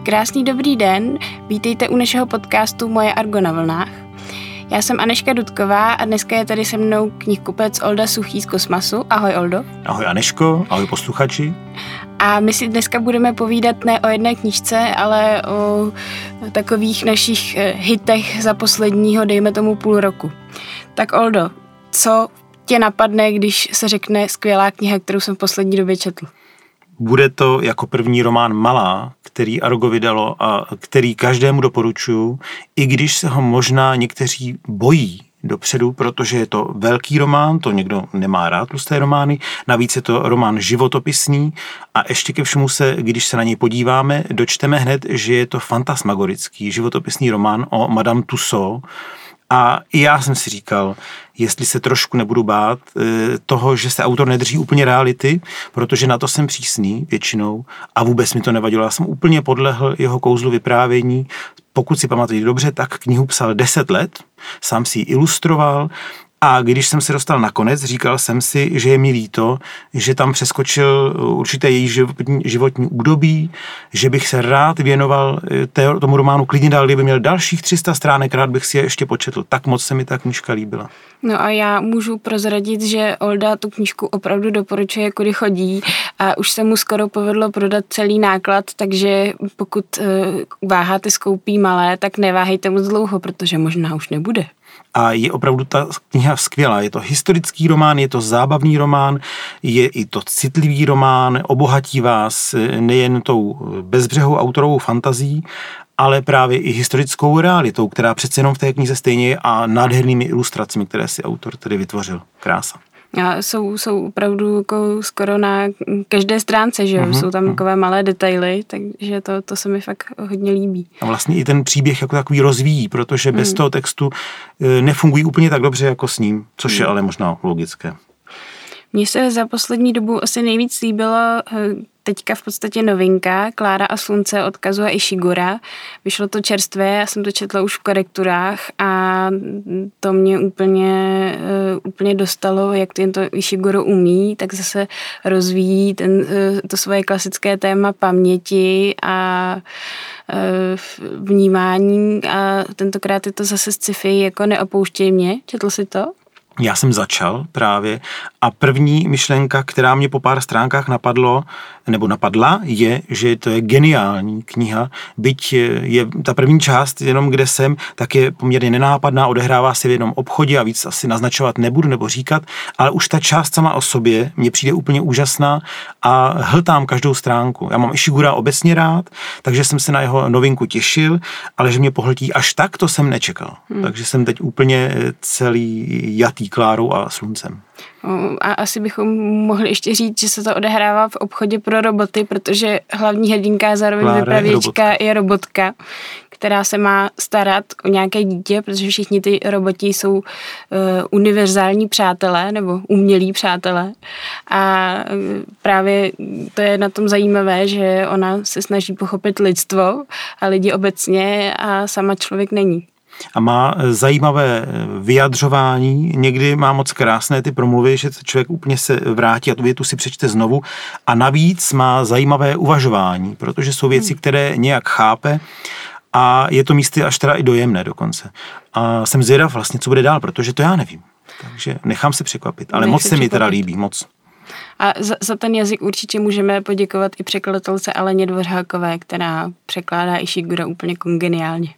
Krásný dobrý den, vítejte u našeho podcastu Moje Argo na vlnách. Já jsem Anežka Dudková a dneska je tady se mnou knihkupec Olda Suchý z Kosmasu. Ahoj Oldo. Ahoj Anežko, ahoj posluchači. A my si dneska budeme povídat ne o jedné knížce, ale o takových našich hitech za posledního, dejme tomu, půl roku. Tak Oldo, co tě napadne, když se řekne skvělá kniha, kterou jsem v poslední době četl? Bude to jako první román Malá, který Argo vydalo a který každému doporučuju, i když se ho možná někteří bojí dopředu, protože je to velký román, to někdo nemá rád tlusté romány, navíc je to román životopisný a ještě ke všemu se, když se na něj podíváme, dočteme hned, že je to fantasmagorický životopisný román o Madame Tussaud. A i já jsem si říkal, jestli se trošku nebudu bát toho, že se autor nedrží úplně reality, protože na to jsem přísný většinou a vůbec mi to nevadilo. Já jsem úplně podlehl jeho kouzlu vyprávění. Pokud si pamatuju dobře, tak knihu psal 10 let, sám si ji ilustroval a když jsem se dostal na konec, říkal jsem si, že je mi líto, že tam přeskočil určité její životní údobí, že bych se rád věnoval tomu románu klidně dál, kdyby měl dalších 300 stránek, rád bych si je ještě početl. Tak moc se mi ta knížka líbila. No a já můžu prozradit, že Olda tu knížku opravdu doporučuje, kudy chodí a už se mu skoro povedlo prodat celý náklad, takže pokud váháte s koupí Malé, tak neváhejte moc dlouho, protože možná už nebude. A je opravdu ta kniha skvělá. Je to historický román, je to zábavný román, je i to citlivý román, obohatí vás nejen tou bezbřehou autorovou fantazí, ale právě i historickou realitou, která přece jenom v té knize stejně je a nádhernými ilustracemi, které si autor tedy vytvořil. Krása. A jsou opravdu jako skoro na každé stránce, že jo? Jsou tam takové malé detaily, takže to se mi fakt hodně líbí. A vlastně i ten příběh jako takový rozvíjí, protože bez toho textu nefungují úplně tak dobře jako s ním, což je ale možná logické. Mně se za poslední dobu asi nejvíc líbilo teďka v podstatě novinka Klára a slunce od Kazuo Ishigura. Vyšlo to čerstvé, já jsem to četla už v korekturách a to mě úplně dostalo, jak to Ishiguro umí, tak zase rozvíjí to svoje klasické téma paměti a vnímání a tentokrát je to zase sci-fi jako Neopouštěj mě. Četl jsi to? Já jsem začal právě a první myšlenka, která mě po pár stránkách napadla, je, že to je geniální kniha, byť je ta první část jenom kde jsem, tak je poměrně nenápadná, odehrává se v jednom obchodě a víc asi naznačovat nebudu nebo říkat, ale už ta část sama o sobě mně přijde úplně úžasná a hltám každou stránku. Já mám Ishigura obecně rád, takže jsem se na jeho novinku těšil, ale že mě pohltí až tak, to jsem nečekal. Takže jsem teď úplně celý jatý Klárou a sluncem. A asi bychom mohli ještě říct, že se to odehrává v obchodě pro roboty, protože hlavní hrdinka a zároveň vypravěčka je robotka, která se má starat o nějaké dítě, protože všichni ty roboti jsou univerzální přátelé nebo umělí přátelé. A právě to je na tom zajímavé, že ona se snaží pochopit lidstvo a lidi obecně a sama člověk není. A má zajímavé vyjadřování, někdy má moc krásné ty promluvy, že člověk úplně se vrátí a tu větu si přečte znovu a navíc má zajímavé uvažování, protože jsou věci, které nějak chápe a je to místy až teda i dojemné dokonce. A jsem zvědav vlastně, co bude dál, protože to já nevím. Takže nechám se překvapit, ale moc se mi teda líbí, moc. A za ten jazyk určitě můžeme poděkovat i překladatelce Aleně Dvořákové, která překládá Ishigura úplně kongeniálně.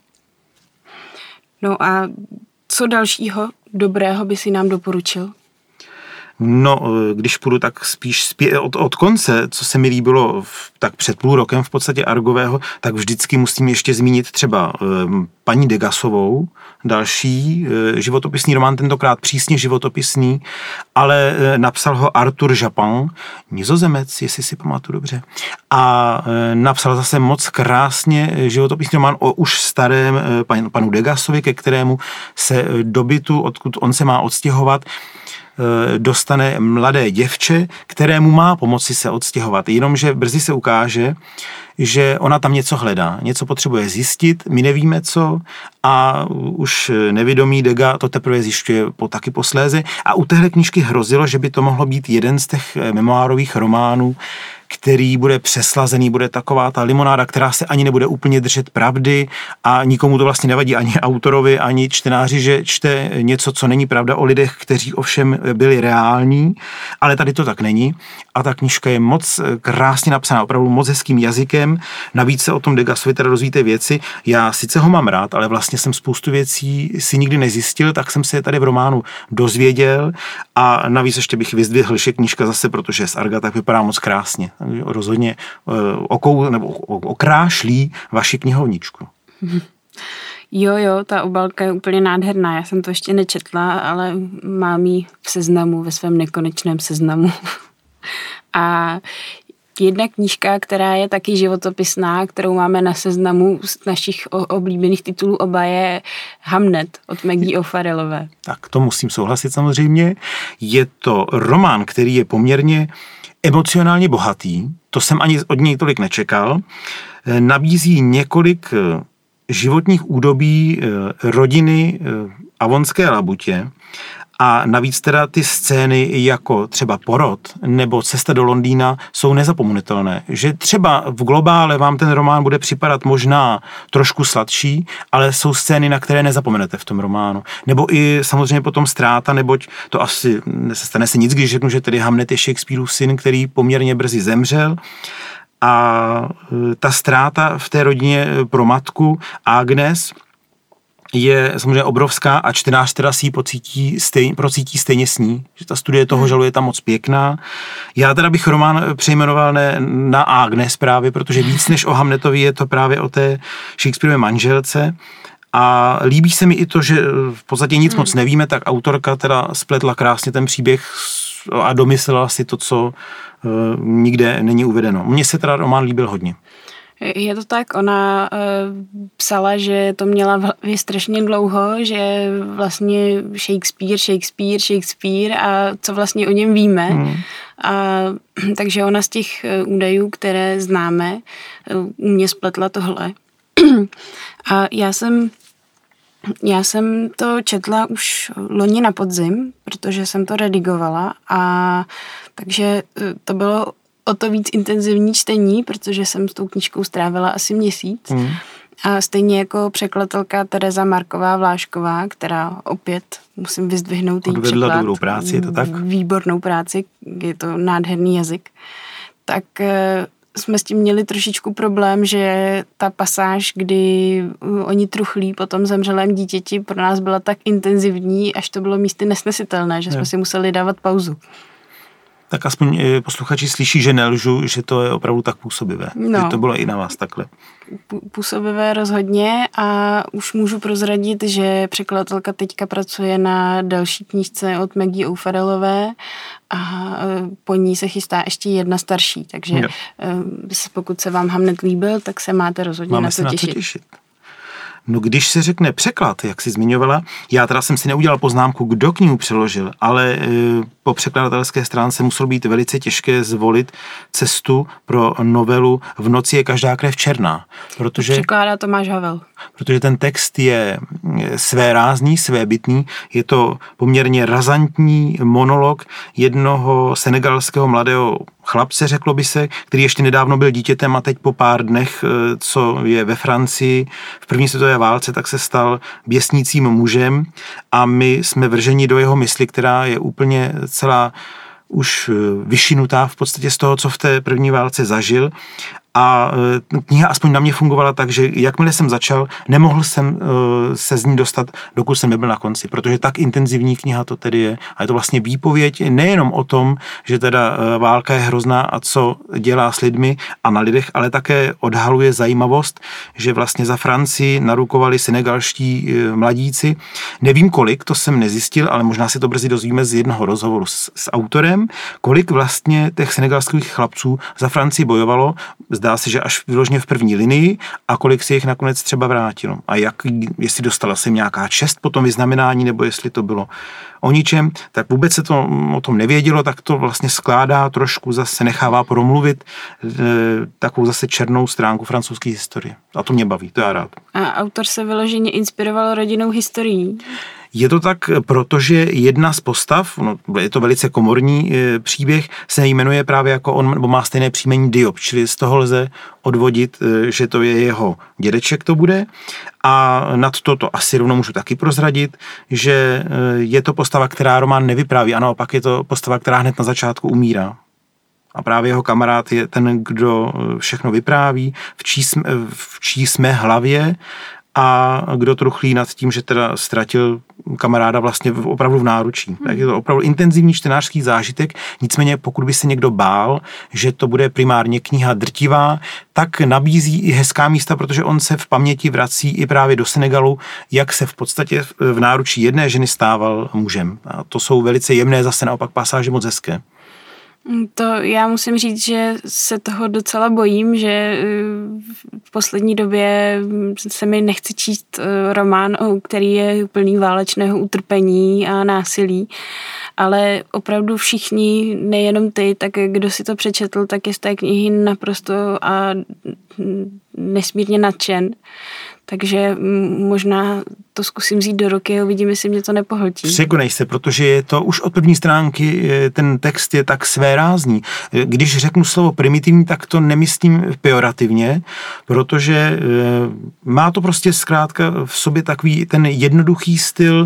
No a co dalšího dobrého by si nám doporučil? No, když půjdu tak spíš od konce, co se mi líbilo tak před půl rokem v podstatě Argového, tak vždycky musím ještě zmínit třeba paní Degasovou, další životopisný román, tentokrát přísně životopisný, ale napsal ho Arthur Japin, Nizozemec, jestli si pamatuju dobře. A napsal zase moc krásně životopisný román o už starém panu Degasovi, ke kterému se do bytu, odkud on se má odstěhovat, dostane mladé děvče, kterému má pomoci se odstěhovat. Jenomže brzy se ukáže, že ona tam něco hledá, něco potřebuje zjistit, my nevíme co a už nevědomý Degas to teprve zjišťuje taky posléze. A u téhle knížky hrozilo, že by to mohlo být jeden z těch memoárových románů, který bude přeslazený, bude taková ta limonáda, která se ani nebude úplně držet pravdy a nikomu to vlastně nevadí, ani autorovi, ani čtenáři, že čte něco, co není pravda o lidech, kteří ovšem byli reální, ale tady to tak není. A ta knížka je moc krásně napsaná, opravdu moc hezkým jazykem, navíc se o tom Degasovi teda dozvíte věci. Já sice ho mám rád, ale vlastně jsem spoustu věcí si nikdy nezjistil, tak jsem se je tady v románu dozvěděl a navíc ještě bych vyzdvihl, že knížka zase, protože z Arga tak vypadá moc krásně. Rozhodně okrášlí vaši knihovničku. Jo, ta obálka je úplně nádherná. Já jsem to ještě nečetla, ale mám ji v seznamu, ve svém nekonečném seznamu. A jedna knížka, která je taky životopisná, kterou máme na seznamu z našich oblíbených titulů oba, je Hamnet od Maggie O'Farrellové. Tak to musím souhlasit samozřejmě. Je to román, který je poměrně emocionálně bohatý, to jsem ani od něj tolik nečekal, nabízí několik životních údobí rodiny Avonské Labutě a navíc teda ty scény jako třeba porod nebo cesta do Londýna jsou nezapomenutelné. Že třeba v globále vám ten román bude připadat možná trošku sladší, ale jsou scény, na které nezapomenete v tom románu. Nebo i samozřejmě potom ztráta, neboť to asi nestane se nic, když řeknu, že tedy Hamnet je Shakespeareův syn, který poměrně brzy zemřel. A ta ztráta v té rodině pro matku Agnes je samozřejmě obrovská a čtenář teda si ji procítí stejně s ní. Že ta studie toho žalu je tam moc pěkná. Já teda bych román přejmenoval na Agnes právě, protože víc než o Hamnetovi je to právě o té Shakespearově manželce. A líbí se mi i to, že v podstatě nic moc nevíme, tak autorka teda spletla krásně ten příběh a domyslela si to, co nikde není uvedeno. Mně se teda román líbil hodně. Je to tak, ona psala, že to měla v hlavě strašně dlouho, že vlastně Shakespeare a co vlastně o něm víme. A, takže ona z těch údajů, které známe, u mě spletla tohle. A já jsem to četla už loni na podzim, protože jsem to redigovala a takže to bylo o to víc intenzivní čtení, protože jsem s tou knížkou strávila asi měsíc. A stejně jako překladatelka Tereza Marková Vlášková, která opět musím vyzdvihnout její překlad. Dobrou práci, je to tak? Výbornou práci, je to nádherný jazyk. Tak jsme s tím měli trošičku problém, že ta pasáž, kdy oni truchlí po tom zemřelém dítěti, pro nás byla tak intenzivní, až to bylo místy nesnesitelné, že jsme si museli dávat pauzu. Tak aspoň posluchači slyší, že nelžu, že to je opravdu tak působivé. No. Že to bylo i na vás takhle. Působivé rozhodně a už můžu prozradit, že překladatelka teďka pracuje na další knížce od Maggie O'Farrellové a po ní se chystá ještě jedna starší, takže pokud se vám Hamnet líbil, tak se máte rozhodně Máme na to těšit. No když se řekne překlad, jak jsi zmiňovala, já teda jsem si neudělal poznámku, kdo knihu přeložil, ale po překladatelské stránce muselo být velice těžké zvolit cestu pro novelu V noci je každá krev černá. Protože překládá Tomáš Havel. Protože ten text je svérázný, svébytný, je to poměrně razantní monolog jednoho senegalského mladého chlapce, řeklo by se, který ještě nedávno byl dítětem a teď po pár dnech, co je ve Francii v první světové válce, tak se stal běsnícím mužem a my jsme vrženi do jeho mysli, která je úplně celá už vyšinutá v podstatě z toho, co v té první válce zažil. A kniha aspoň na mě fungovala tak, že jakmile jsem začal, nemohl jsem se z ní dostat, dokud jsem nebyl na konci, protože tak intenzivní kniha to tedy je. A je to vlastně výpověď nejenom o tom, že teda válka je hrozná a co dělá s lidmi a na lidech, ale také odhaluje zajímavost, že vlastně za Francii narukovali senegalští mladíci. Nevím kolik, to jsem nezjistil, ale možná si to brzy dozvíme z jednoho rozhovoru s autorem, kolik vlastně těch senegalských chlapců za Francii bojovalo. zdá se, že až vyloženě v první linii a kolik si jich nakonec třeba vrátilo. A jestli dostala se nějaká čest po tom vyznamenání, nebo jestli to bylo o ničem, tak vůbec se to o tom nevědělo, tak to vlastně skládá trošku, zase nechává promluvit takovou zase černou stránku francouzské historie. A to mě baví, to já rád. A autor se vyloženě inspiroval rodinnou historií? Je to tak, protože jedna z postav, je to velice komorní příběh, se jmenuje právě jako on, nebo má stejné příjmení Diop, čili z toho lze odvodit, že to je jeho dědeček to bude. A nad to asi rovnou můžu taky prozradit, že je to postava, která román nevypráví, a naopak je to postava, která hned na začátku umírá. A právě jeho kamarád je ten, kdo všechno vypráví, v čí jsme hlavě, a kdo truchlí nad tím, že teda ztratil kamaráda vlastně opravdu v náručí. Tak je to opravdu intenzivní čtenářský zážitek, nicméně pokud by se někdo bál, že to bude primárně kniha drtivá, tak nabízí i hezká místa, protože on se v paměti vrací i právě do Senegalu, jak se v podstatě v náručí jedné ženy stával mužem. A to jsou velice jemné, zase naopak pasáže moc hezké. To já musím říct, že se toho docela bojím, že v poslední době se mi nechce číst román, který je plný válečného utrpení a násilí, ale opravdu všichni, nejenom ty, tak kdo si to přečetl, tak je z té knihy naprosto a nesmírně nadšen. Takže možná to zkusím vzít do ruky a uvidím, jestli mě to nepohltí. Překonej se, protože je to už od první stránky, ten text je tak svérázný. Když řeknu slovo primitivní, tak to nemyslím pejorativně, protože má to prostě zkrátka v sobě takový ten jednoduchý styl.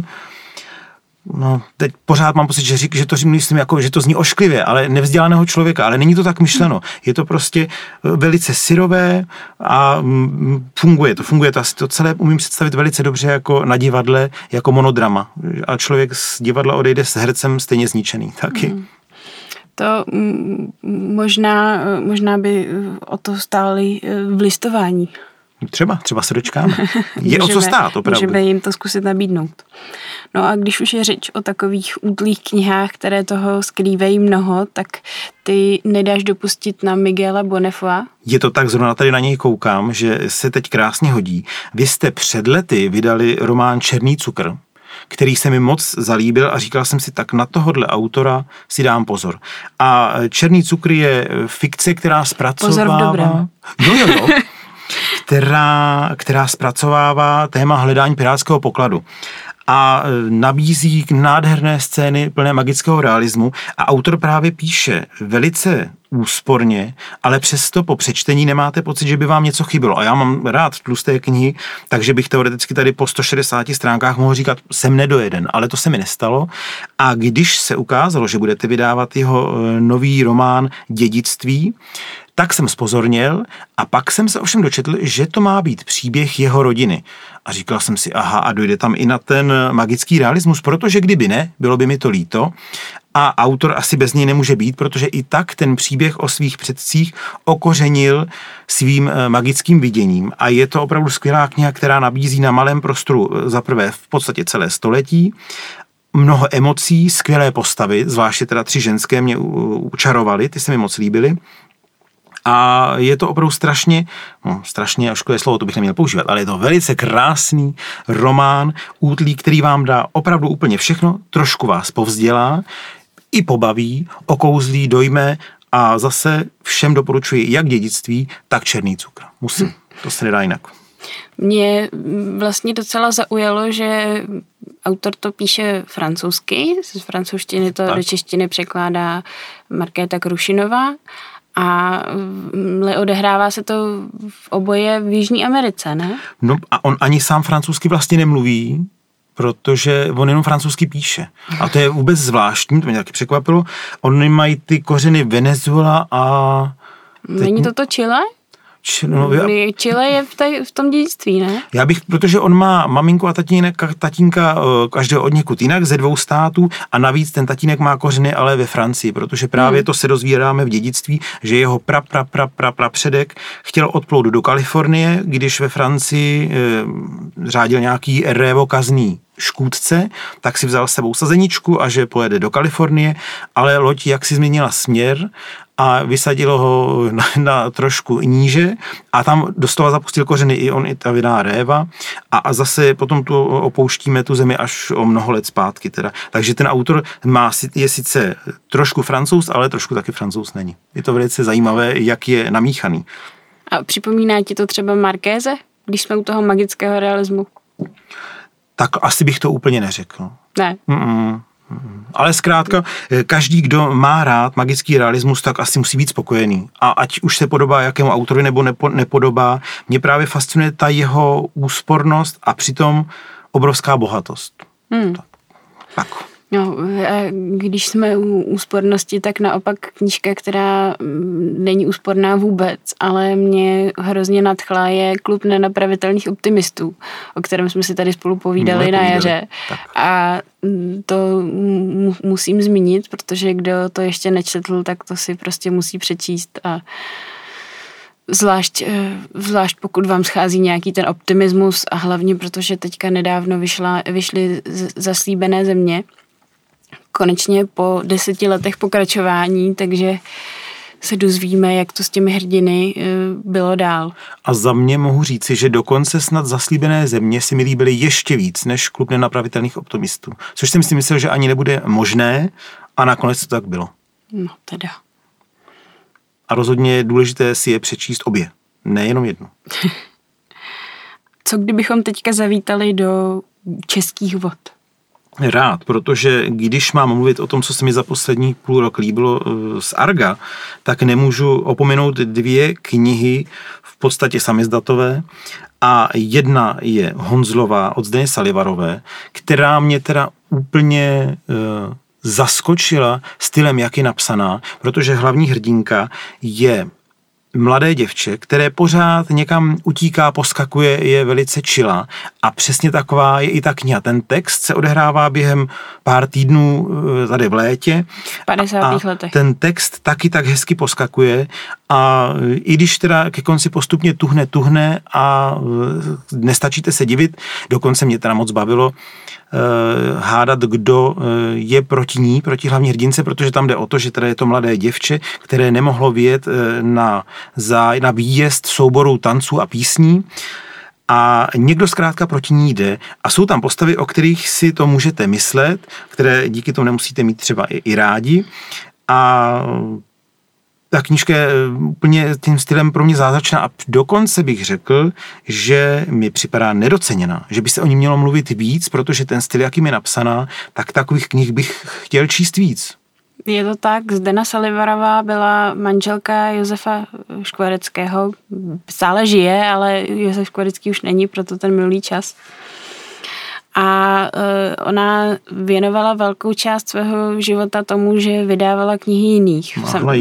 No, teď pořád mám pocit, že to myslím jako, že to zní ošklivě, ale nevzdělaného člověka, ale není to tak myšleno. Je to prostě velice syrové a funguje to asi to celé umím představit velice dobře jako na divadle, jako monodrama. A člověk z divadla odejde s hercem stejně zničený taky. To možná by o to stáli v listování. Třeba se dočkáme. Je o co stát, opravdu. Můžeme jim to zkusit nabídnout. No a když už je řeč o takových útlých knihách, které toho skrývají mnoho, tak ty nedáš dopustit na Miguela Bonnefoy? Je to tak, zrovna tady na něj koukám, že se teď krásně hodí. Vy jste před lety vydali román Černý cukr, který se mi moc zalíbil a říkal jsem si, tak na tohodle autora si dám pozor. A Černý cukr je fikce, která zpracovává... Pozor v dobrém. Jo. Která zpracovává téma hledání pirátského pokladu a nabízí nádherné scény plné magického realismu a autor právě píše velice úsporně, ale přesto po přečtení nemáte pocit, že by vám něco chybělo. A já mám rád tlusté knihy, takže bych teoreticky tady po 160 stránkách mohl říkat, jsem nedojeden, ale to se mi nestalo. A když se ukázalo, že budete vydávat jeho nový román Dědictví, tak jsem zpozorněl a pak jsem se ovšem dočetl, že to má být příběh jeho rodiny. A říkal jsem si, aha, a dojde tam i na ten magický realismus, protože kdyby ne, bylo by mi to líto. A autor asi bez něj nemůže být, protože i tak ten příběh o svých předcích okořenil svým magickým viděním. A je to opravdu skvělá kniha, která nabízí na malém prostoru zaprvé v podstatě celé století, mnoho emocí, skvělé postavy, zvláště teda 3 ženské mě učarovaly, ty se mi moc líbily. A je to opravdu strašně ošklivé slovo, to bych neměl používat, ale je to velice krásný román, útlý, který vám dá opravdu úplně všechno, trošku vás povzdělá, i pobaví, okouzlí, dojme a zase všem doporučuji jak Dědictví, tak Černý cukr. Musím, to se nedá jinak. Mě vlastně docela zaujalo, že autor to píše francouzsky, z francouzštiny to do češtiny překládá Markéta Krušinová. A odehrává se to v oboje v Jižní Americe, ne? No a on ani sám francouzsky vlastně nemluví, protože on jenom francouzsky píše. A to je vůbec zvláštní, to mě taky překvapilo. Oni mají ty kořeny Venezuela a... Není to Chile? Chile je v tom dědictví, ne? Protože on má maminku a tatínka každého od někud jinak ze 2 států a navíc ten tatínek má kořeny ale ve Francii, protože právě to se dozvídáme v Dědictví, že jeho předek chtěl odplout do Kalifornie, když ve Francii řádil nějaký révokazný škůdce, tak si vzal s sebou sazeničku a že pojede do Kalifornie, ale loď jak si změnila směr a vysadilo ho na trošku níže a tam doslova zapustil kořeny i on, i ta vinná réva a zase potom opouštíme tu zemi až o mnoho let zpátky teda. Takže ten autor je sice trošku Francouz, ale trošku taky Francouz není. Je to velice zajímavé, jak je namíchaný. A připomíná ti to třeba Markéze, když jsme u toho magického realismu? Tak asi bych to úplně neřekl. Ne. Ale zkrátka, každý, kdo má rád magický realismus, tak asi musí být spokojený. A ať už se podobá jakému autorovi nebo nepodobá, mě právě fascinuje ta jeho úspornost a přitom obrovská bohatost. Tak. No, když jsme u úspornosti, tak naopak knížka, která není úsporná vůbec, ale mě hrozně nadchla, je Klub nenapravitelných optimistů, o kterém jsme si tady spolu povídali na jaře. Tak. A to musím zmínit, protože kdo to ještě nečetl, tak to si prostě musí přečíst a zvlášť pokud vám schází nějaký ten optimismus a hlavně protože teďka nedávno vyšly Zaslíbené země, konečně po 10 letech pokračování, takže se dozvíme, jak to s těmi hrdiny bylo dál. A za mě mohu říci, že dokonce snad Zaslíbené země si mi líbily ještě víc než Klub nenapravitelných optimistů. Což jsem si myslel, že ani nebude možné a nakonec to tak bylo. No teda. A rozhodně je důležité si je přečíst obě, nejenom jednu. Co kdybychom teďka zavítali do českých vod? Rád, protože když mám mluvit o tom, co se mi za poslední půl rok líbilo z Arga, tak nemůžu opomenout 2 knihy v podstatě samizdatové a jedna je Honzlová od Zdeny Salivarové, která mě teda úplně zaskočila stylem, jak je napsaná, protože hlavní hrdinka je mladé děvče, které pořád někam utíká, poskakuje, je velice chilla a přesně taková je i ta kniha. Ten text se odehrává během pár týdnů tady v létě. V 50. letech. Ten text taky tak hezky poskakuje a i když teda ke konci postupně tuhne a nestačíte se divit, dokonce mě teda moc bavilo hádat, kdo je proti ní, proti hlavní hrdince, protože tam jde o to, že teda je to mladé děvče, které nemohlo vyjet na výjezd souboru tanců a písní a někdo zkrátka proti ní jde a jsou tam postavy, o kterých si to můžete myslet, které díky tomu nemusíte mít třeba i rádi a ta knížka je úplně tím stylem pro mě zázračná a dokonce bych řekl, že mi připadá nedoceněná, že by se o ní mělo mluvit víc, protože ten styl, jakým je napsaná, tak takových knih bych chtěl číst víc. Je to tak, Zdena Salivarová byla manželka Josefa Škvareckého, stále žije, ale Josef Škvarecký už není, proto ten minulý čas. A ona věnovala velkou část svého života tomu, že vydávala knihy jiných.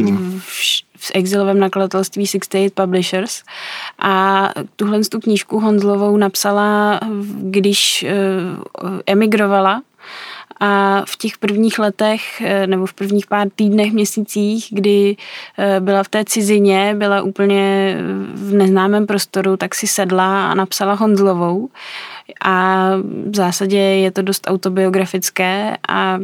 V exilovém nakladatelství 68 Publishers. A tuhle tu knížku Honzlovou napsala, když emigrovala. A v těch prvních letech, nebo v prvních pár týdnech, měsících, kdy byla v té cizině, byla úplně v neznámém prostoru, tak si sedla a napsala Honzlovou. A v zásadě je to dost autobiografické a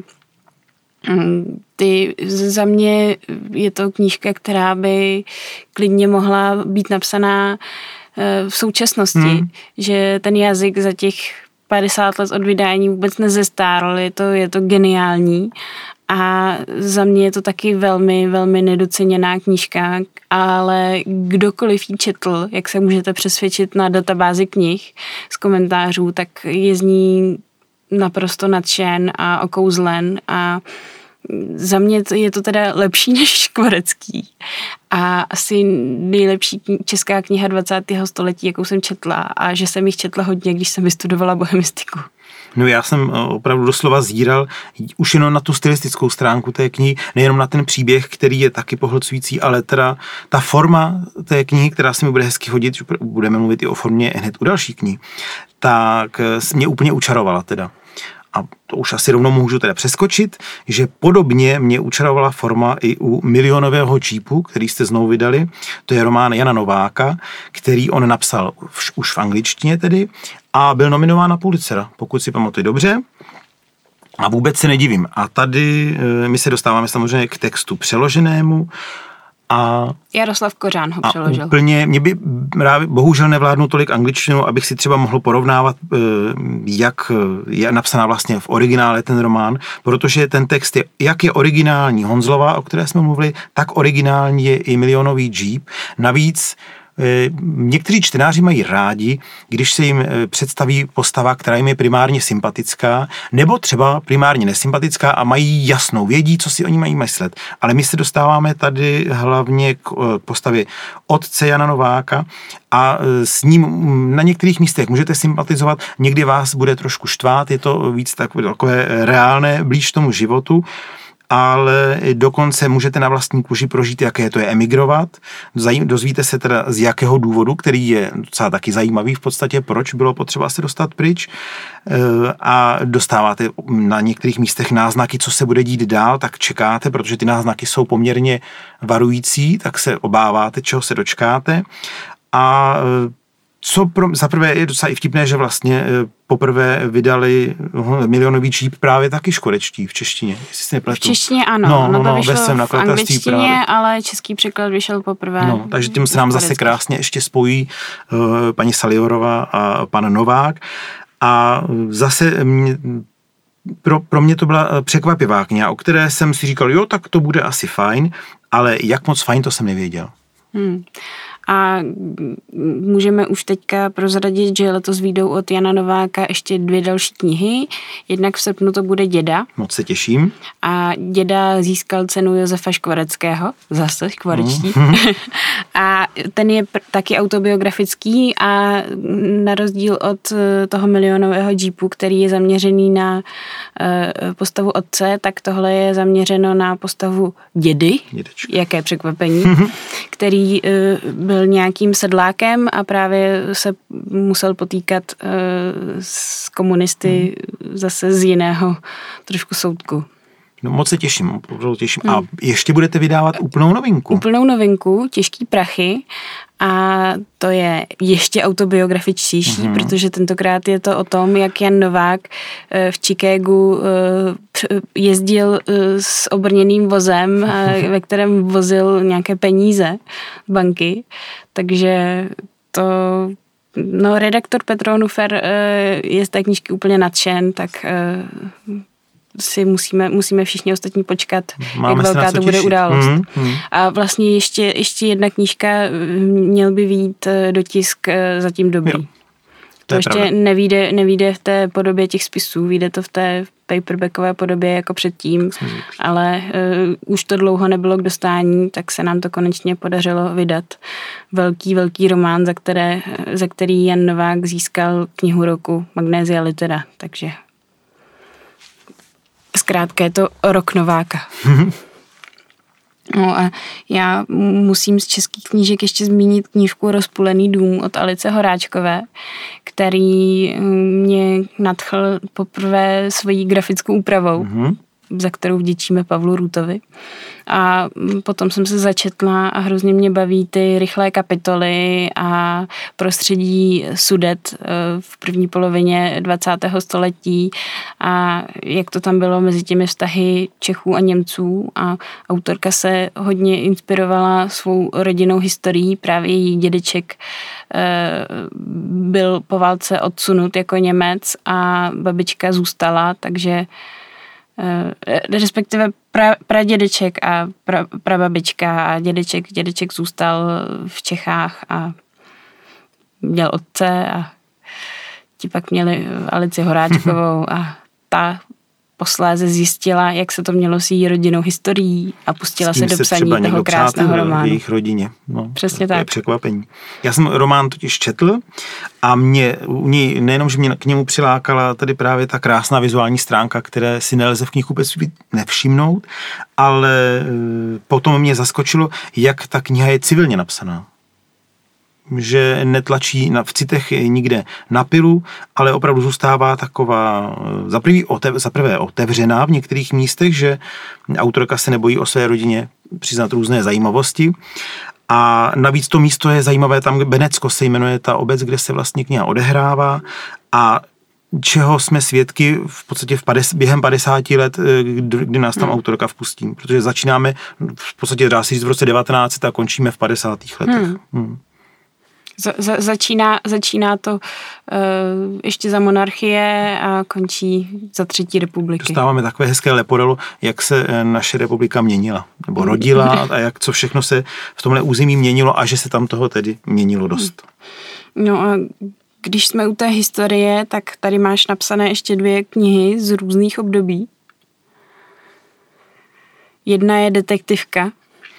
za mě je to knížka, která by klidně mohla být napsaná v současnosti, že ten jazyk za těch 50 let od vydání vůbec nezestárl, je to geniální a za mě je to taky velmi, velmi nedoceněná knížka, ale kdokoliv ji četl, jak se můžete přesvědčit na databázi knih z komentářů, tak je z ní naprosto nadšen a okouzlen a za mě je to teda lepší než Škvarecký a asi nejlepší česká kniha 20. století, jakou jsem četla a že jsem jich četla hodně, když jsem vystudovala bohemistiku. No já jsem opravdu doslova zíral už jenom na tu stylistickou stránku té knihy, nejenom na ten příběh, který je taky pohlcující, ale teda ta forma té knihy, která se mi bude hezky hodit, budeme mluvit i o formě hned u další knihy, tak mě úplně učarovala teda. A to už asi rovnou můžu teda přeskočit, že podobně mě učarovala forma i u Milionového džípu, který jste znovu vydali. To je román Jana Nováka, který on napsal už v angličtině tedy a byl nominován na Pulitzera, pokud si pamatuju dobře. A vůbec se nedivím. A tady my se dostáváme samozřejmě k textu přeloženému. A Jaroslav Kořán ho přeložil. Úplně, mě by bohužel nevládnu tolik angličtinu, abych si třeba mohl porovnávat, jak je napsaná vlastně v originále ten román, protože ten text je, jak je originální Honzlová, o které jsme mluvili, tak originální je i Milionový džíp. Navíc někteří čtenáři mají rádi, když se jim představí postava, která jim je primárně sympatická, nebo třeba primárně nesympatická a mají jasnou, vědí, co si oni mají myslet. Ale my se dostáváme tady hlavně k postavě otce Jana Nováka a s ním na některých místech můžete sympatizovat, někdy vás bude trošku štvát, je to víc takové reálné, blíž tomu životu, ale dokonce můžete na vlastní kůži prožít, jaké to je emigrovat. Dozvíte se teda z jakého důvodu, který je docela taky zajímavý v podstatě, proč bylo potřeba se dostat pryč, a dostáváte na některých místech náznaky, co se bude dít dál, tak čekáte, protože ty náznaky jsou poměrně varující, tak se obáváte, čeho se dočkáte. A zaprvé je docela i vtipné, že vlastně poprvé vydali Milionový džíp právě taky škodečtí v češtině, jestli si nepletu. V češtině ano, to vyšlo v angličtině, právě. Ale český překlad vyšel poprvé. Takže tím se nám zase krásně ještě spojí paní Saliorová a pan Novák. A zase pro mě to byla překvapivá kniha, o které jsem si říkal, jo, tak to bude asi fajn, ale jak moc fajn, to jsem nevěděl. A můžeme už teďka prozradit, že letos vyjdou od Jana Nováka ještě 2 další knihy. Jednak v srpnu to bude Děda. Moc se těším. A Děda získal cenu Josefa Škvoreckého. Zase škvorečtí. A ten je taky autobiografický a na rozdíl od toho Milionového džípu, který je zaměřený na postavu otce, tak tohle je zaměřeno na postavu dědy. Dědečka. Jaké překvapení. Který byl nějakým sedlákem a právě se musel potýkat s komunisty zase z jiného trošku soudku. No moc se těším, opravdu těším. A ještě budete vydávat úplnou novinku. Úplnou novinku, Těžký prachy. A to je ještě autobiografičtější, protože tentokrát je to o tom, jak Jan Novák v Chicagu jezdil s obrněným vozem, ve kterém vozil nějaké peníze z banky. Takže to... redaktor Petr Honufer je z té knížky úplně nadšen, tak si musíme všichni ostatní počkat, jak velká to bude událost. A vlastně ještě jedna knížka měl by vyjít dotisk Zatím dobrý. Jo, to ještě nevyjde v té podobě těch spisů, vyjde to v té paperbackové podobě jako předtím, ale už to dlouho nebylo k dostání, tak se nám to konečně podařilo vydat. Velký román, za který Jan Novák získal knihu roku Magnésia Litera, takže zkrátka je to rok Nováka. No a já musím z českých knížek ještě zmínit knížku Rozpulený dům od Alice Horáčkové, který mě nadchl poprvé svojí grafickou úpravou, za kterou vděčíme Pavlu Růtovi. A potom jsem se začetla a hrozně mě baví ty rychlé kapitoly a prostředí Sudet v první polovině 20. století a jak to tam bylo mezi těmi vztahy Čechů a Němců a autorka se hodně inspirovala svou rodinnou historií. Právě její dědeček byl po válce odsunut jako Němec a babička zůstala, takže respektive pradědeček a prababička a dědeček zůstal v Čechách a měl otce a ti pak měli Alici Horáčkovou a ta posléze zjistila, jak se to mělo s její rodinnou historií a pustila se do psaní toho krásného románu. V jejich rodině. No, přesně tak. Je překvapení. Já jsem román totiž četl a u něj nejenom, že mě k němu přilákala tady právě ta krásná vizuální stránka, které si nelze v knihkupectví nevšimnout, ale potom mě zaskočilo, jak ta kniha je civilně napsaná. Že netlačí v citech nikde na pilu, ale opravdu zůstává taková za prvé otevřená v některých místech, že autorka se nebojí o své rodině přiznat různé zajímavosti A navíc to místo je zajímavé, tam Benecko se jmenuje ta obec, kde se vlastně kniha odehrává a čeho jsme svědky v podstatě během 50 let, kdy nás tam autorka vpustí. Protože začínáme v podstatě, dá se říct, v roce 19 a končíme v 50. letech. Začíná to ještě za monarchie a končí za třetí republiky. Dostáváme takové hezké leporelo, jak se naše republika měnila, nebo rodila a jak co všechno se v tomhle území měnilo a že se tam toho tedy měnilo dost. No a když jsme u té historie, tak tady máš napsané ještě 2 knihy z různých období. Jedna je detektivka.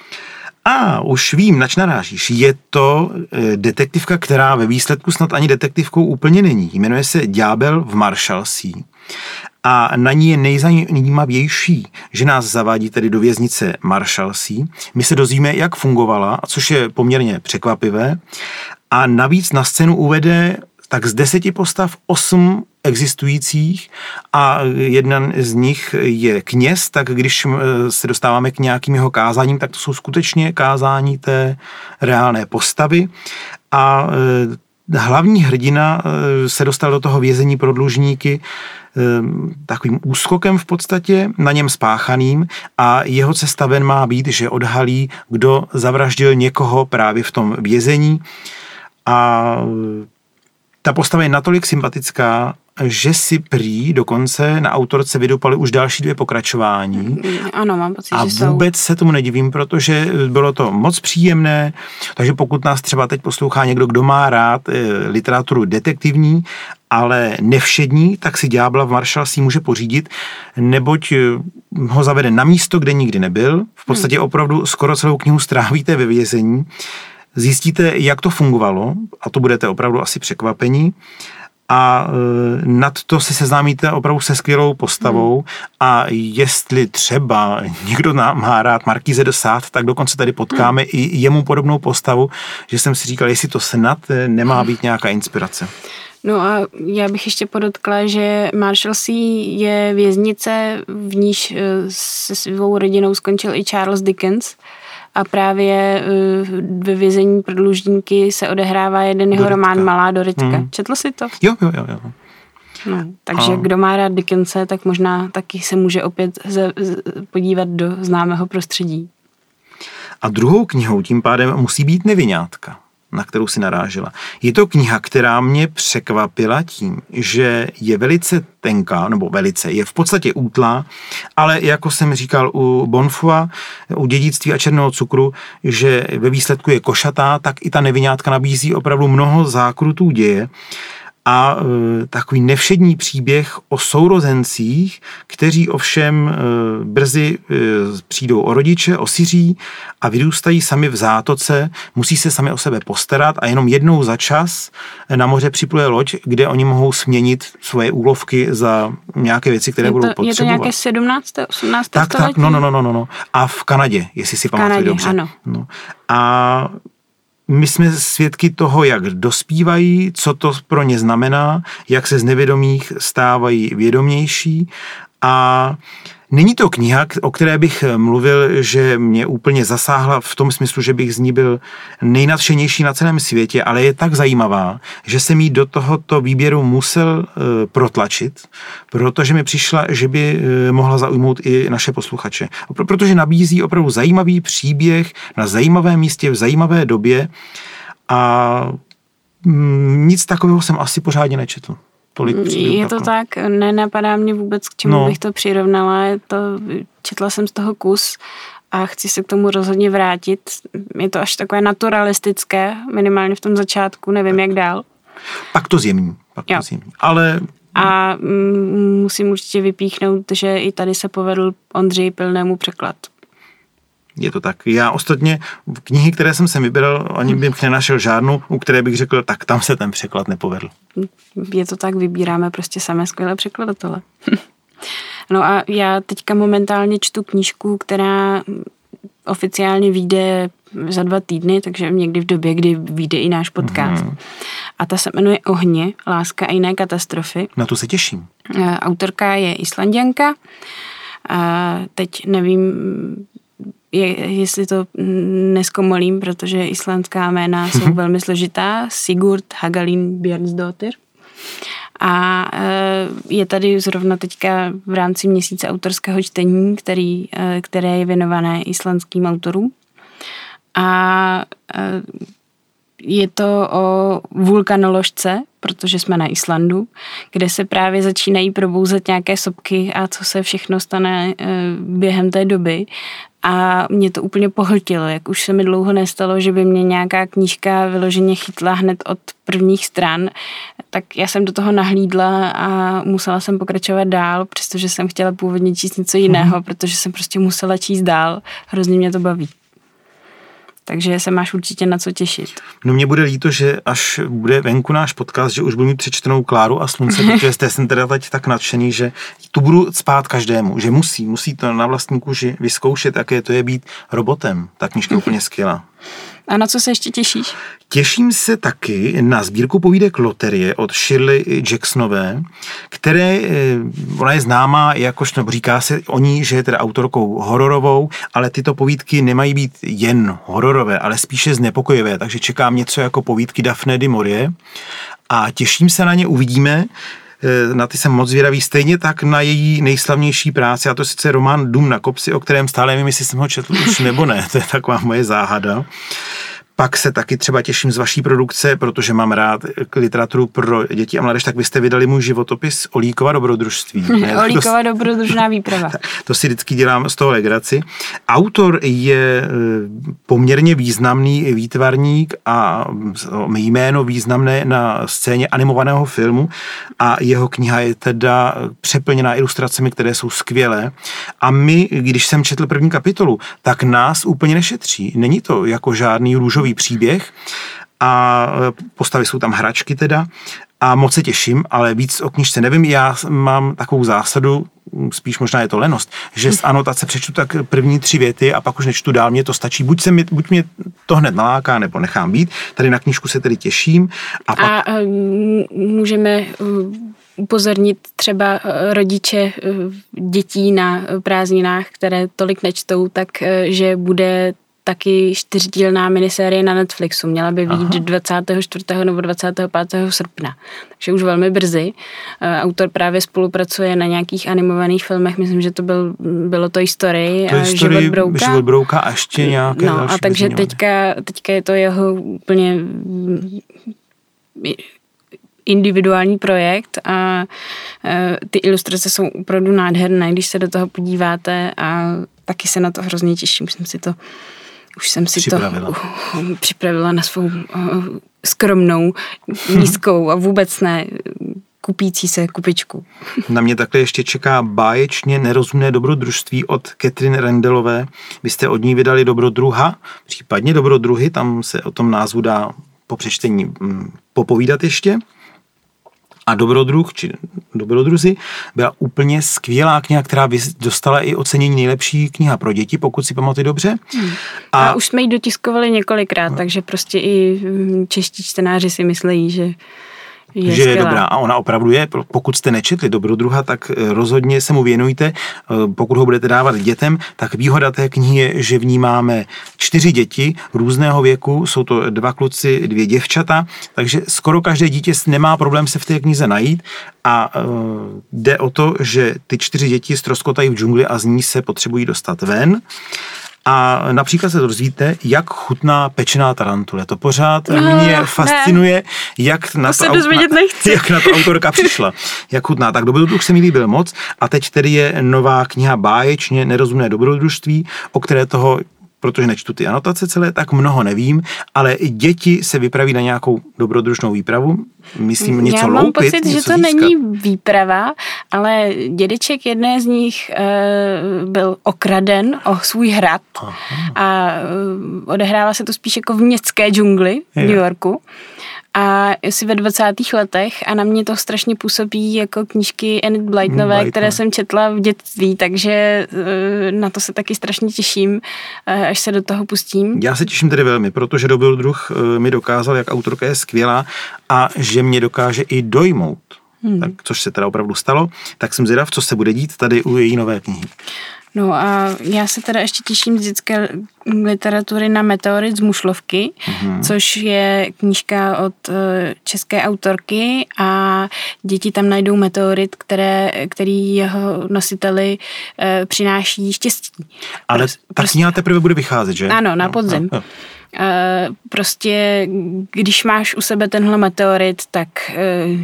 Už vím, nač narážíš. Je to detektivka, která ve výsledku snad ani detektivkou úplně není. Jmenuje se Ďábel v Marshalsea. A na ní je nejzajímavější, že nás zavádí tedy do věznice Marshalsea. My se dozvíme, jak fungovala, což je poměrně překvapivé. A navíc na scénu uvede tak z 10 postav 8 existujících a jedna z nich je kněz, tak když se dostáváme k nějakým jeho kázáním, tak to jsou skutečně kázání té reálné postavy a hlavní hrdina se dostal do toho vězení pro dlužníky takovým úskokem v podstatě, na něm spáchaným a jeho cesta ven má být, že odhalí, kdo zavraždil někoho právě v tom vězení a ta postava je natolik sympatická, že si prý dokonce na autorce vydupali už další 2 pokračování. Ano, mám pocit, a že vůbec se tomu nedivím, protože bylo to moc příjemné, takže pokud nás třeba teď poslouchá někdo, kdo má rád literaturu detektivní, ale nevšední, tak si Ďábla v Marshalsea může pořídit, neboť ho zavede na místo, kde nikdy nebyl. V podstatě opravdu skoro celou knihu strávíte ve vězení. Zjistíte, jak to fungovalo, a to budete opravdu asi překvapení. A nad to se seznámíte opravdu se skvělou postavou a jestli třeba někdo má rád Marquise de Sade, tak dokonce tady potkáme i jemu podobnou postavu, že jsem si říkal, jestli to snad nemá být nějaká inspirace. No a já bych ještě podotkla, že Marshalsea je věznice, v níž se svou rodinou skončil i Charles Dickens. A právě ve vězení pro dlužníky se odehrává jeden jeho román Malá Doritka. Četl jsi to? Jo. No, takže kdo má rád Dickense, tak možná taky se může opět podívat do známého prostředí. A druhou knihou tím pádem musí být Neviňátka, na kterou si narážela. Je to kniha, která mě překvapila tím, že je velice tenká, nebo velice, je v podstatě útlá, ale jako jsem říkal u Bonfoy, u Dědictví a černého cukru, že ve výsledku je košatá, tak i ta Neviňátka nabízí opravdu mnoho zákrutů děje a takový nevšední příběh o sourozencích, kteří ovšem brzy přijdou o rodiče, osiří a vyrůstají sami v zátoce, musí se sami o sebe postarat a jenom jednou za čas na moře připluje loď, kde oni mohou směnit svoje úlovky za nějaké věci, které budou potřebovat. Je to nějaké 17. 18. Tak, století? No. A v Kanadě, jestli si pamatuju dobře. Ano. No. A my jsme svědky toho, jak dospívají, co to pro ně znamená, jak se z nevědomých stávají vědomější a není to kniha, o které bych mluvil, že mě úplně zasáhla v tom smyslu, že bych z ní byl nejnadšenější na celém světě, ale je tak zajímavá, že jsem jí do tohoto výběru musel protlačit, protože mi přišla, že by mohla zaujmout i naše posluchače. Protože nabízí opravdu zajímavý příběh na zajímavém místě, v zajímavé době a nic takového jsem asi pořádně nečetl. Je to tak, nenapadá mě vůbec, k čemu bych to přirovnala. Četla jsem z toho kus a chci se k tomu rozhodně vrátit. Je to až takové naturalistické, minimálně v tom začátku, nevím jak dál. Pak to zjemní. Ale... A musím určitě vypíchnout, že i tady se povedl Ondřeji Pilnému překlad. Je to tak. Já ostatně knihy, které jsem se vybral, ani bych nenašel žádnou, u které bych řekl, tak tam se ten překlad nepovedl. Je to tak, vybíráme prostě samé skvělé překladatele. No a já teďka momentálně čtu knížku, která oficiálně vyjde za 2 týdny, takže někdy v době, kdy vyjde i náš podcast. A ta se jmenuje Ohně, láska a jiné katastrofy. Na to se těším. Autorka je Islanďanka. Teď nevím jestli to neskomolím, protože islandská jména jsou velmi složitá, Sigurd Hagalín Björnsdóttir. A je tady zrovna teďka v rámci měsíce autorského čtení, které je věnované islandským autorům. A je to o vulkanoložce, protože jsme na Islandu, kde se právě začínají probouzet nějaké sopky a co se všechno stane během té doby. A mě to úplně pohltilo, jak už se mi dlouho nestalo, že by mě nějaká knížka vyloženě chytla hned od prvních stran, tak já jsem do toho nahlídla a musela jsem pokračovat dál, přestože jsem chtěla původně číst něco jiného, protože jsem prostě musela číst dál, hrozně mě to baví. Takže se máš určitě na co těšit. No mě bude líto, že až bude venku náš podcast, že už budu mít přečtenou Kláru a slunce, protože jsem teda teď tak nadšený, že tu budu spát každému, že musí to na vlastní kůži vyzkoušet, jaké to je být robotem. Ta knížka je úplně skvělá. A na co se ještě těšíš? Těším se taky na sbírku povídek Loterie od Shirley Jacksonové, ona je známá jakož, nebo říká se o ní, že je teda autorkou hororovou, ale tyto povídky nemají být jen hororové, ale spíše znepokojivé, takže čekám něco jako povídky Daphne du Maurier a těším se na ně, uvidíme. Na ty jsem moc zvědavý, stejně tak na její nejslavnější práci, a to sice román Dům na kopci, o kterém stále nevím, jestli jsem ho četl už nebo ne, to je taková moje záhada. Pak se taky třeba těším z vaší produkce, protože mám rád literaturu pro děti a mládež, tak vy jste vydali můj životopis Olíkova dobrodružství. Olíkova dobrodružná výprava. To si vždycky dělám z toho legraci. Autor je poměrně významný výtvarník a jméno významné na scéně animovaného filmu a jeho kniha je teda přeplněná ilustracemi, které jsou skvělé. A my, když jsem četl první kapitolu, tak nás úplně nešetří. Není to jako žádný růžový příběh a postavy jsou tam hračky teda a moc se těším, ale víc o knížce nevím. Já mám takovou zásadu, spíš možná je to lenost, že z anotace přečtu tak první 3 věty a pak už nečtu dál, mně to stačí. Buď mě to hned naláká, nebo nechám být. Tady na knížku se tedy těším. A můžeme upozornit třeba rodiče dětí na prázdninách, které tolik nečtou, takže bude taky 4dílná minisérie na Netflixu. Měla by vyjít 24. nebo 25. srpna. Takže už velmi brzy. Autor právě spolupracuje na nějakých animovaných filmech. Myslím, že to bylo Toy Story a Život Brouka a ještě nějaké další. A takže teďka je to jeho úplně individuální projekt a ty ilustrace jsou opravdu nádherné, když se do toho podíváte a taky se na to hrozně těším. Už jsem si to připravila na svou skromnou, nízkou a vůbec ne kupící se kupičku. Na mě takhle ještě čeká báječně nerozumné dobrodružství od Catherine Rendelové. Vy jste od ní vydali Dobrodruha, případně Dobrodruhy, tam se o tom názvu dá po přečtení popovídat ještě. A Dobrodruh, či Dobrodruzi, byla úplně skvělá kniha, která dostala i ocenění nejlepší kniha pro děti, pokud si pamatuju dobře. A už jsme ji dotiskovali několikrát, takže prostě i čeští čtenáři si myslí, že je dobrá. A ona opravdu je. Pokud jste nečetli Dobrodruha, tak rozhodně se mu věnujte. Pokud ho budete dávat dětem, tak výhoda té knihy je, že v ní máme 4 děti různého věku. Jsou to 2 kluci, 2 děvčata, takže skoro každé dítě nemá problém se v té knize najít. A jde o to, že ty 4 děti ztroskotají v džungli a z ní se potřebují dostat ven. A například se dozvíte, jak chutná pečená tarantule. To pořád mě fascinuje, jak na to autorka přišla. Jak chutná. Tak Dobrodruh se mi líbil moc a teď tedy je nová kniha báječně nerozumné dobrodružství, o které toho, protože nečtu ty anotace celé, tak mnoho nevím, ale děti se vypraví na nějakou dobrodružnou výpravu, myslím něco loupit. Já mám pocit, že to není výprava, ale dědeček jedné z nich byl okraden o svůj hrad a odehrává se to spíš jako v městské džungli v New Yorku. A jsi ve 20. letech a na mě to strašně působí jako knížky Enid Blytonové, které jsem četla v dětství, takže na to se taky strašně těším, až se do toho pustím. Já se těším tedy velmi, protože Dobrodruh mi dokázal, jak autorka je skvělá a že mě dokáže i dojmout. Tak, což se teda opravdu stalo, tak jsem zvědav, co se bude dít tady u její nové knihy. No a já se teda ještě těším z dětské literatury na Meteorit z Mušlovky, což je knížka od české autorky a děti tam najdou meteorit, který jeho nositeli přináší štěstí. Ale ta kniha teprve bude vycházet, že? Ano, na podzim. No. Prostě, když máš u sebe tenhle meteorit, tak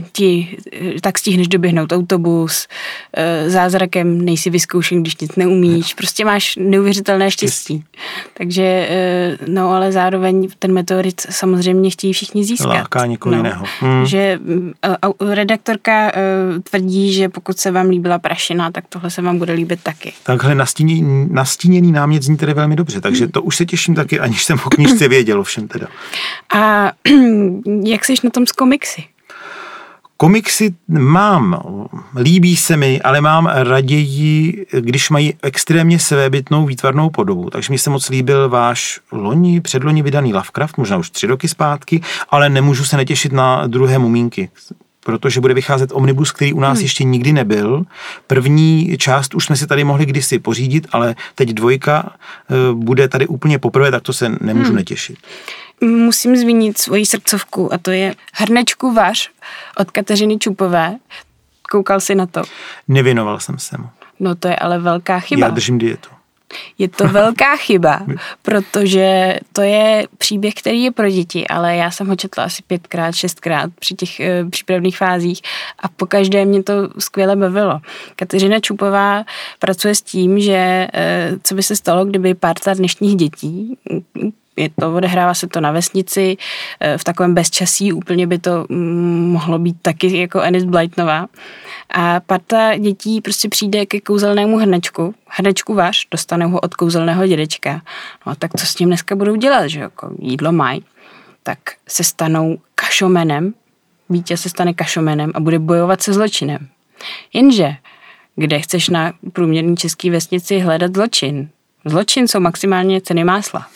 stihneš doběhnout autobus, zázrakem nejsi vyzkoušen, když nic neumíš, prostě máš neuvěřitelné štěstí. Takže, no ale zároveň ten meteorit samozřejmě chtějí všichni získat. Láká někoho jiného. Že redaktorka tvrdí, že pokud se vám líbila Prašina, tak tohle se vám bude líbit taky. Takhle nastíněný námět zní tedy velmi dobře, takže to už se těším taky, aniž jsem o knížce věděl ovšem teda. A jak jsi na tom s komiksy? Komiksy mám, líbí se mi, ale mám raději, když mají extrémně svébytnou výtvarnou podobu. Takže mi se moc líbil váš předloni vydaný Lovecraft, možná už 3 roky zpátky, ale nemůžu se netěšit na druhé Mumínky, protože bude vycházet omnibus, který u nás ještě nikdy nebyl. První část už jsme si tady mohli kdysi pořídit, ale teď 2 bude tady úplně poprvé, tak to se nemůžu netěšit. Musím zmínit svoji srdcovku a to je Hrnečku vař od Kateřiny Čupové. Koukal jsi na to? Nevěnoval jsem se mu. No to je ale velká chyba. Já držím dietu. Je to velká chyba, protože to je příběh, který je pro děti, ale já jsem ho četla asi 5krát, 6krát při těch přípravných fázích a pokaždé mě to skvěle bavilo. Kateřina Čupová pracuje s tím, že co by se stalo, kdyby parta dnešních dětí, odehrává se to na vesnici, v takovém bezčasí, úplně by to mohlo být taky jako Enid Blytonová. A parta dětí prostě přijde ke kouzelnému hrnečku vař, dostanou ho od kouzelného dědečka. No a tak co s ním dneska budou dělat, že jako jídlo mají, tak se stanou kašomenem, vítěz se stane kašomenem a bude bojovat se zločinem. Jenže, kde chceš na průměrné české vesnici hledat zločin? Zločin jsou maximálně ceny másla.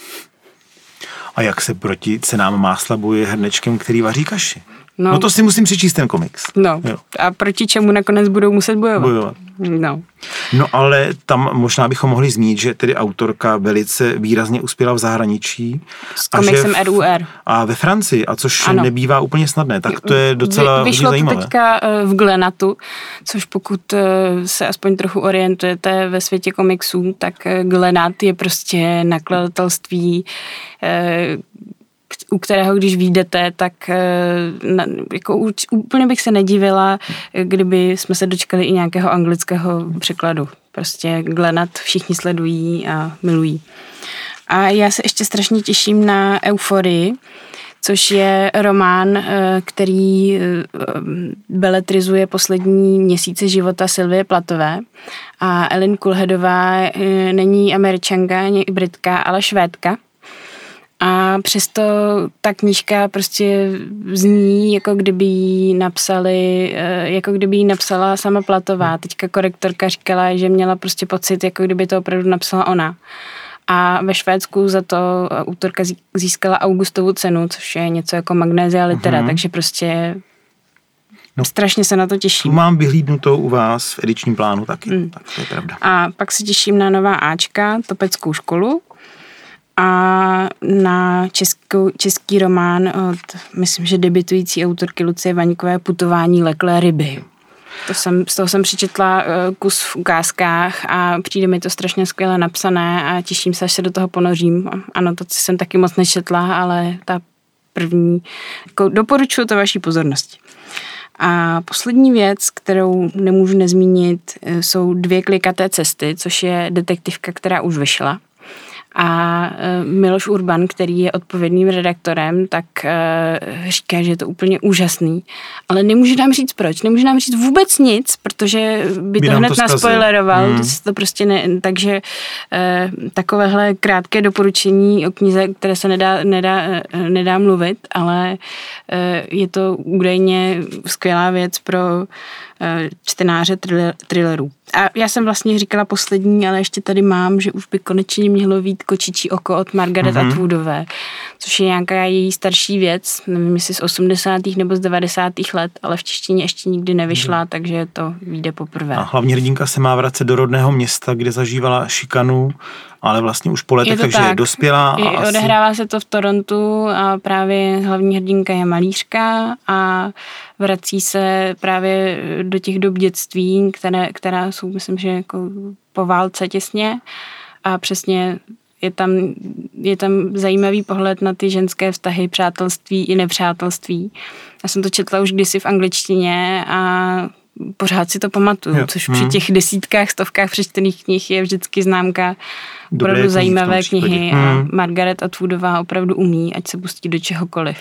A jak se proti cenám másla bojuje hrnečkem, který vaří kaši? No to si musím přečíst ten komiks. No, jo. A proti čemu nakonec budou muset bojovat? No, ale tam možná bychom mohli zmínit, že tedy autorka velice výrazně uspěla v zahraničí. S komiksem RUR. A ve Francii, a což nebývá úplně snadné, tak to je docela hodně zajímavé. Vyšlo to teďka v Glenatu, což pokud se aspoň trochu orientujete ve světě komiksů, tak Glenat je prostě nakladatelství, u kterého, když vyjdete, tak jako úplně bych se nedivila, kdyby jsme se dočkali i nějakého anglického překladu. Prostě Glenat všichni sledují a milují. A já se ještě strašně těším na Euforii, což je román, který beletrizuje poslední měsíce života Sylvie Plathové. A Ellen Coolheadová není Američanka, ani Britka, ale Švédka. A přesto ta knížka prostě zní, jako kdyby ji napsala sama Platová. Teďka korektorka říkala, že měla prostě pocit, jako kdyby to opravdu napsala ona. A ve Švédsku za to autorka získala Augustovu cenu, což je něco jako Magnésia Litera, takže prostě strašně se na to těším. Tu mám vyhlídnutou u vás v edičním plánu taky, tak to je pravda. A pak se těším na nová Ačka, Topeckou školu, a na český román od, myslím, že debitující autorky Lucie Vaňkové Putování leklé ryby. Z toho jsem přečetla kus v ukázkách a přijde mi to strašně skvěle napsané a těším se, až se do toho ponořím. Ano, to jsem taky moc nečetla, ale ta první, doporučuji to vaší pozornosti. A poslední věc, kterou nemůžu nezmínit, jsou 2 klikaté cesty, což je detektivka, která už vyšla. A Miloš Urban, který je odpovědným redaktorem, tak říká, že je to úplně úžasný. Ale nemůže nám říct proč. Nemůže nám říct vůbec nic, protože by to hned naspoileroval. To prostě takže takovéhle krátké doporučení o knize, které se nedá mluvit, ale je to údajně skvělá věc pro čtenáře thrillerů. A já jsem vlastně říkala poslední, ale ještě tady mám, že už by konečně mělo být Kočičí oko od Margaret Atwoodové, což je nějaká její starší věc, nevím, jestli z 80. nebo z 90. let, ale v češtině ještě nikdy nevyšla, takže to vyjde poprvé. A hlavní hrdinka se má vracet do rodného města, kde zažívala šikanu, ale vlastně už po letech, takže je dospělá. Odehrává se to v Torontu a právě hlavní hrdinka je malířka a vrací se právě do těch dob dětství, která jsou, myslím, že jako po válce těsně a přesně je tam zajímavý pohled na ty ženské vztahy, přátelství i nepřátelství. Já jsem to četla už kdysi v angličtině a pořád si to pamatuju, což při těch desítkách, stovkách přečtených knih je vždycky známka opravdu zajímavé knihy a Margaret Atwoodová opravdu umí, ať se pustí do čehokoliv.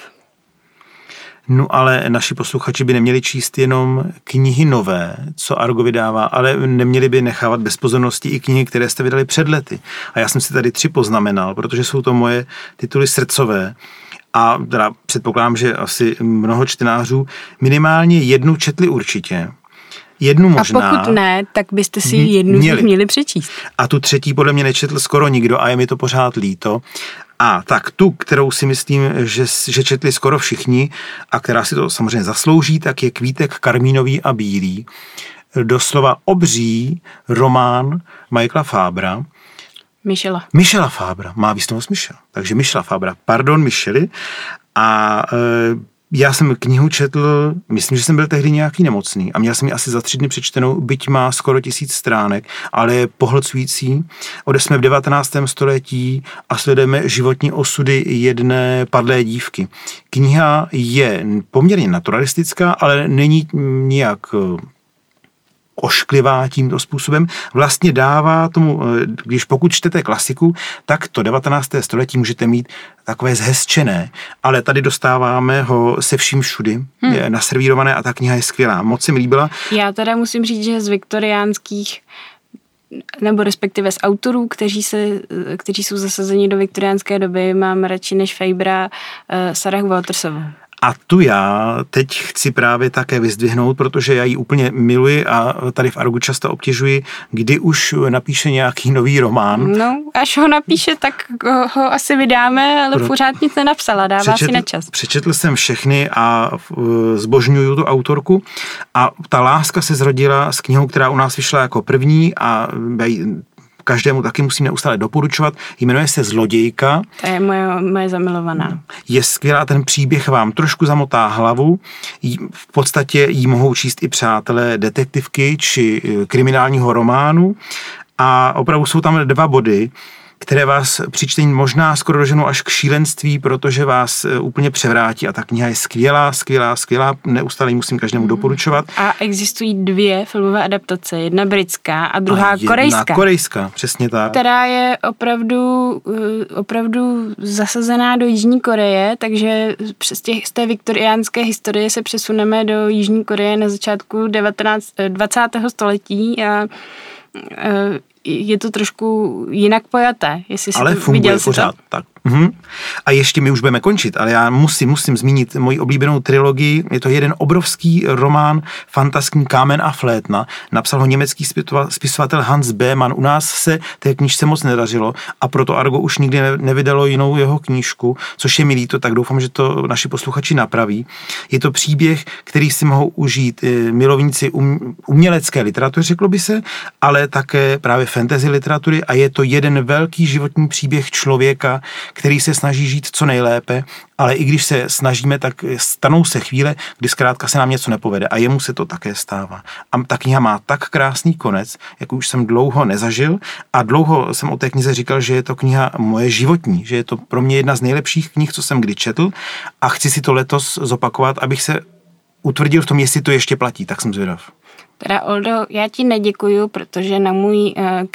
No ale naši posluchači by neměli číst jenom knihy nové, co Argo vydává, ale neměli by nechávat bez pozornosti i knihy, které jste vydali před lety. A já jsem si tady 3 poznamenal, protože jsou to moje tituly srdcové. A teda předpokládám, že asi mnoho čtenářů minimálně jednu četli určitě. Jednu možná. A pokud ne, tak byste si jednu z nich měli přečíst. A tu 3. podle mě nečetl skoro nikdo a je mi to pořád líto. A tak tu, kterou si myslím, že četli skoro všichni a která si to samozřejmě zaslouží, tak je Kvítek karmínový a bílý. Doslova obří román Michaela Fabra. Michela Fabra. Má výslovnost Michel. Takže Michela Fabra. Pardon, Micheli. A já jsem knihu četl, myslím, že jsem byl tehdy nějaký nemocný a měl jsem ji asi za 3 dny přečtenou, byť má skoro 1000 stránek, ale je pohlcující. Jsme v 19. století a sledujeme životní osudy jedné padlé dívky. Kniha je poměrně naturalistická, ale není nijak ošklivá tímto způsobem. Vlastně dává tomu, když pokud čtete klasiku, tak to 19. století můžete mít takové zhezčené, ale tady dostáváme ho se vším všudy, je naservírované a ta kniha je skvělá. Moc se mi líbila. Já teda musím říct, že z viktoriánských nebo respektive z autorů, kteří jsou zasazeni do viktoriánské doby, mám radši než Fabra Sarah Watersovou. A tu já teď chci právě také vyzdvihnout, protože já ji úplně miluji a tady v Argu často obtěžuji, kdy už napíše nějaký nový román. No, až ho napíše, tak ho asi vydáme, ale pořád nic nenapsala, dává si na čas. Přečetl jsem všechny a zbožňuju tu autorku a ta láska se zrodila s knihou, která u nás vyšla jako první a každému taky musím neustále doporučovat. Jmenuje se Zlodějka. To je moje zamilovaná. Je skvělá, ten příběh vám trošku zamotá hlavu. V podstatě jí mohou číst i přátelé detektivky či kriminálního románu. A opravdu jsou tam 2 body, které vás při čtení možná skoro doženou až k šílenství, protože vás úplně převrátí a ta kniha je skvělá, neustále ji musím každému doporučovat. A existují 2 filmové adaptace, jedna britská a druhá korejská. Korejská, přesně tak. Která je opravdu zasazená do Jižní Koreje, takže z té viktoriánské historie se přesuneme do Jižní Koreje na začátku 20. století a je to trošku jinak pojaté, jestli ale si to funguje viděl pořád. Tak. A ještě my už budeme končit, ale já musím zmínit moji oblíbenou trilogii. Je to jeden obrovský román, fantastický Kámen a flétna. Napsal ho německý spisovatel Hans Beemann. U nás se té knížce moc nedařilo a proto Argo už nikdy nevydalo jinou jeho knížku, což je mi líto, tak doufám, že to naši posluchači napraví. Je to příběh, který si mohou užít milovníci umělecké literatury, řeklo by se, ale také právě fantasy literatury a je to jeden velký životní příběh člověka, který se snaží žít co nejlépe, ale i když se snažíme, tak stanou se chvíle, kdy zkrátka se nám něco nepovede a jemu se to také stává. A ta kniha má tak krásný konec, jak už jsem dlouho nezažil a dlouho jsem o té knize říkal, že je to kniha moje životní, že je to pro mě jedna z nejlepších knih, co jsem kdy četl a chci si to letos zopakovat, abych se utvrdil v tom, jestli to ještě platí, tak jsem zvědav. Teda Oldo, já ti neděkuju, protože na můj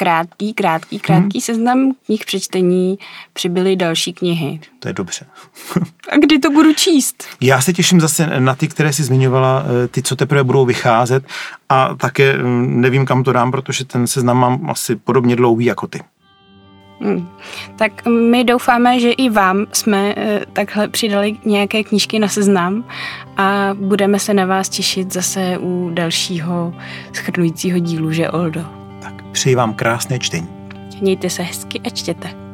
krátký seznam knih přečtení přibyly další knihy. To je dobře. A kdy to budu číst? Já se těším zase na ty, které jsi zmiňovala, ty, co teprve budou vycházet a také nevím, kam to dám, protože ten seznam mám asi podobně dlouhý jako ty. Tak my doufáme, že i vám jsme takhle přidali nějaké knížky na seznam a budeme se na vás těšit zase u dalšího shrnujícího dílu, že Oldo? Tak přeji vám krásné čtení. Mějte se hezky a čtěte.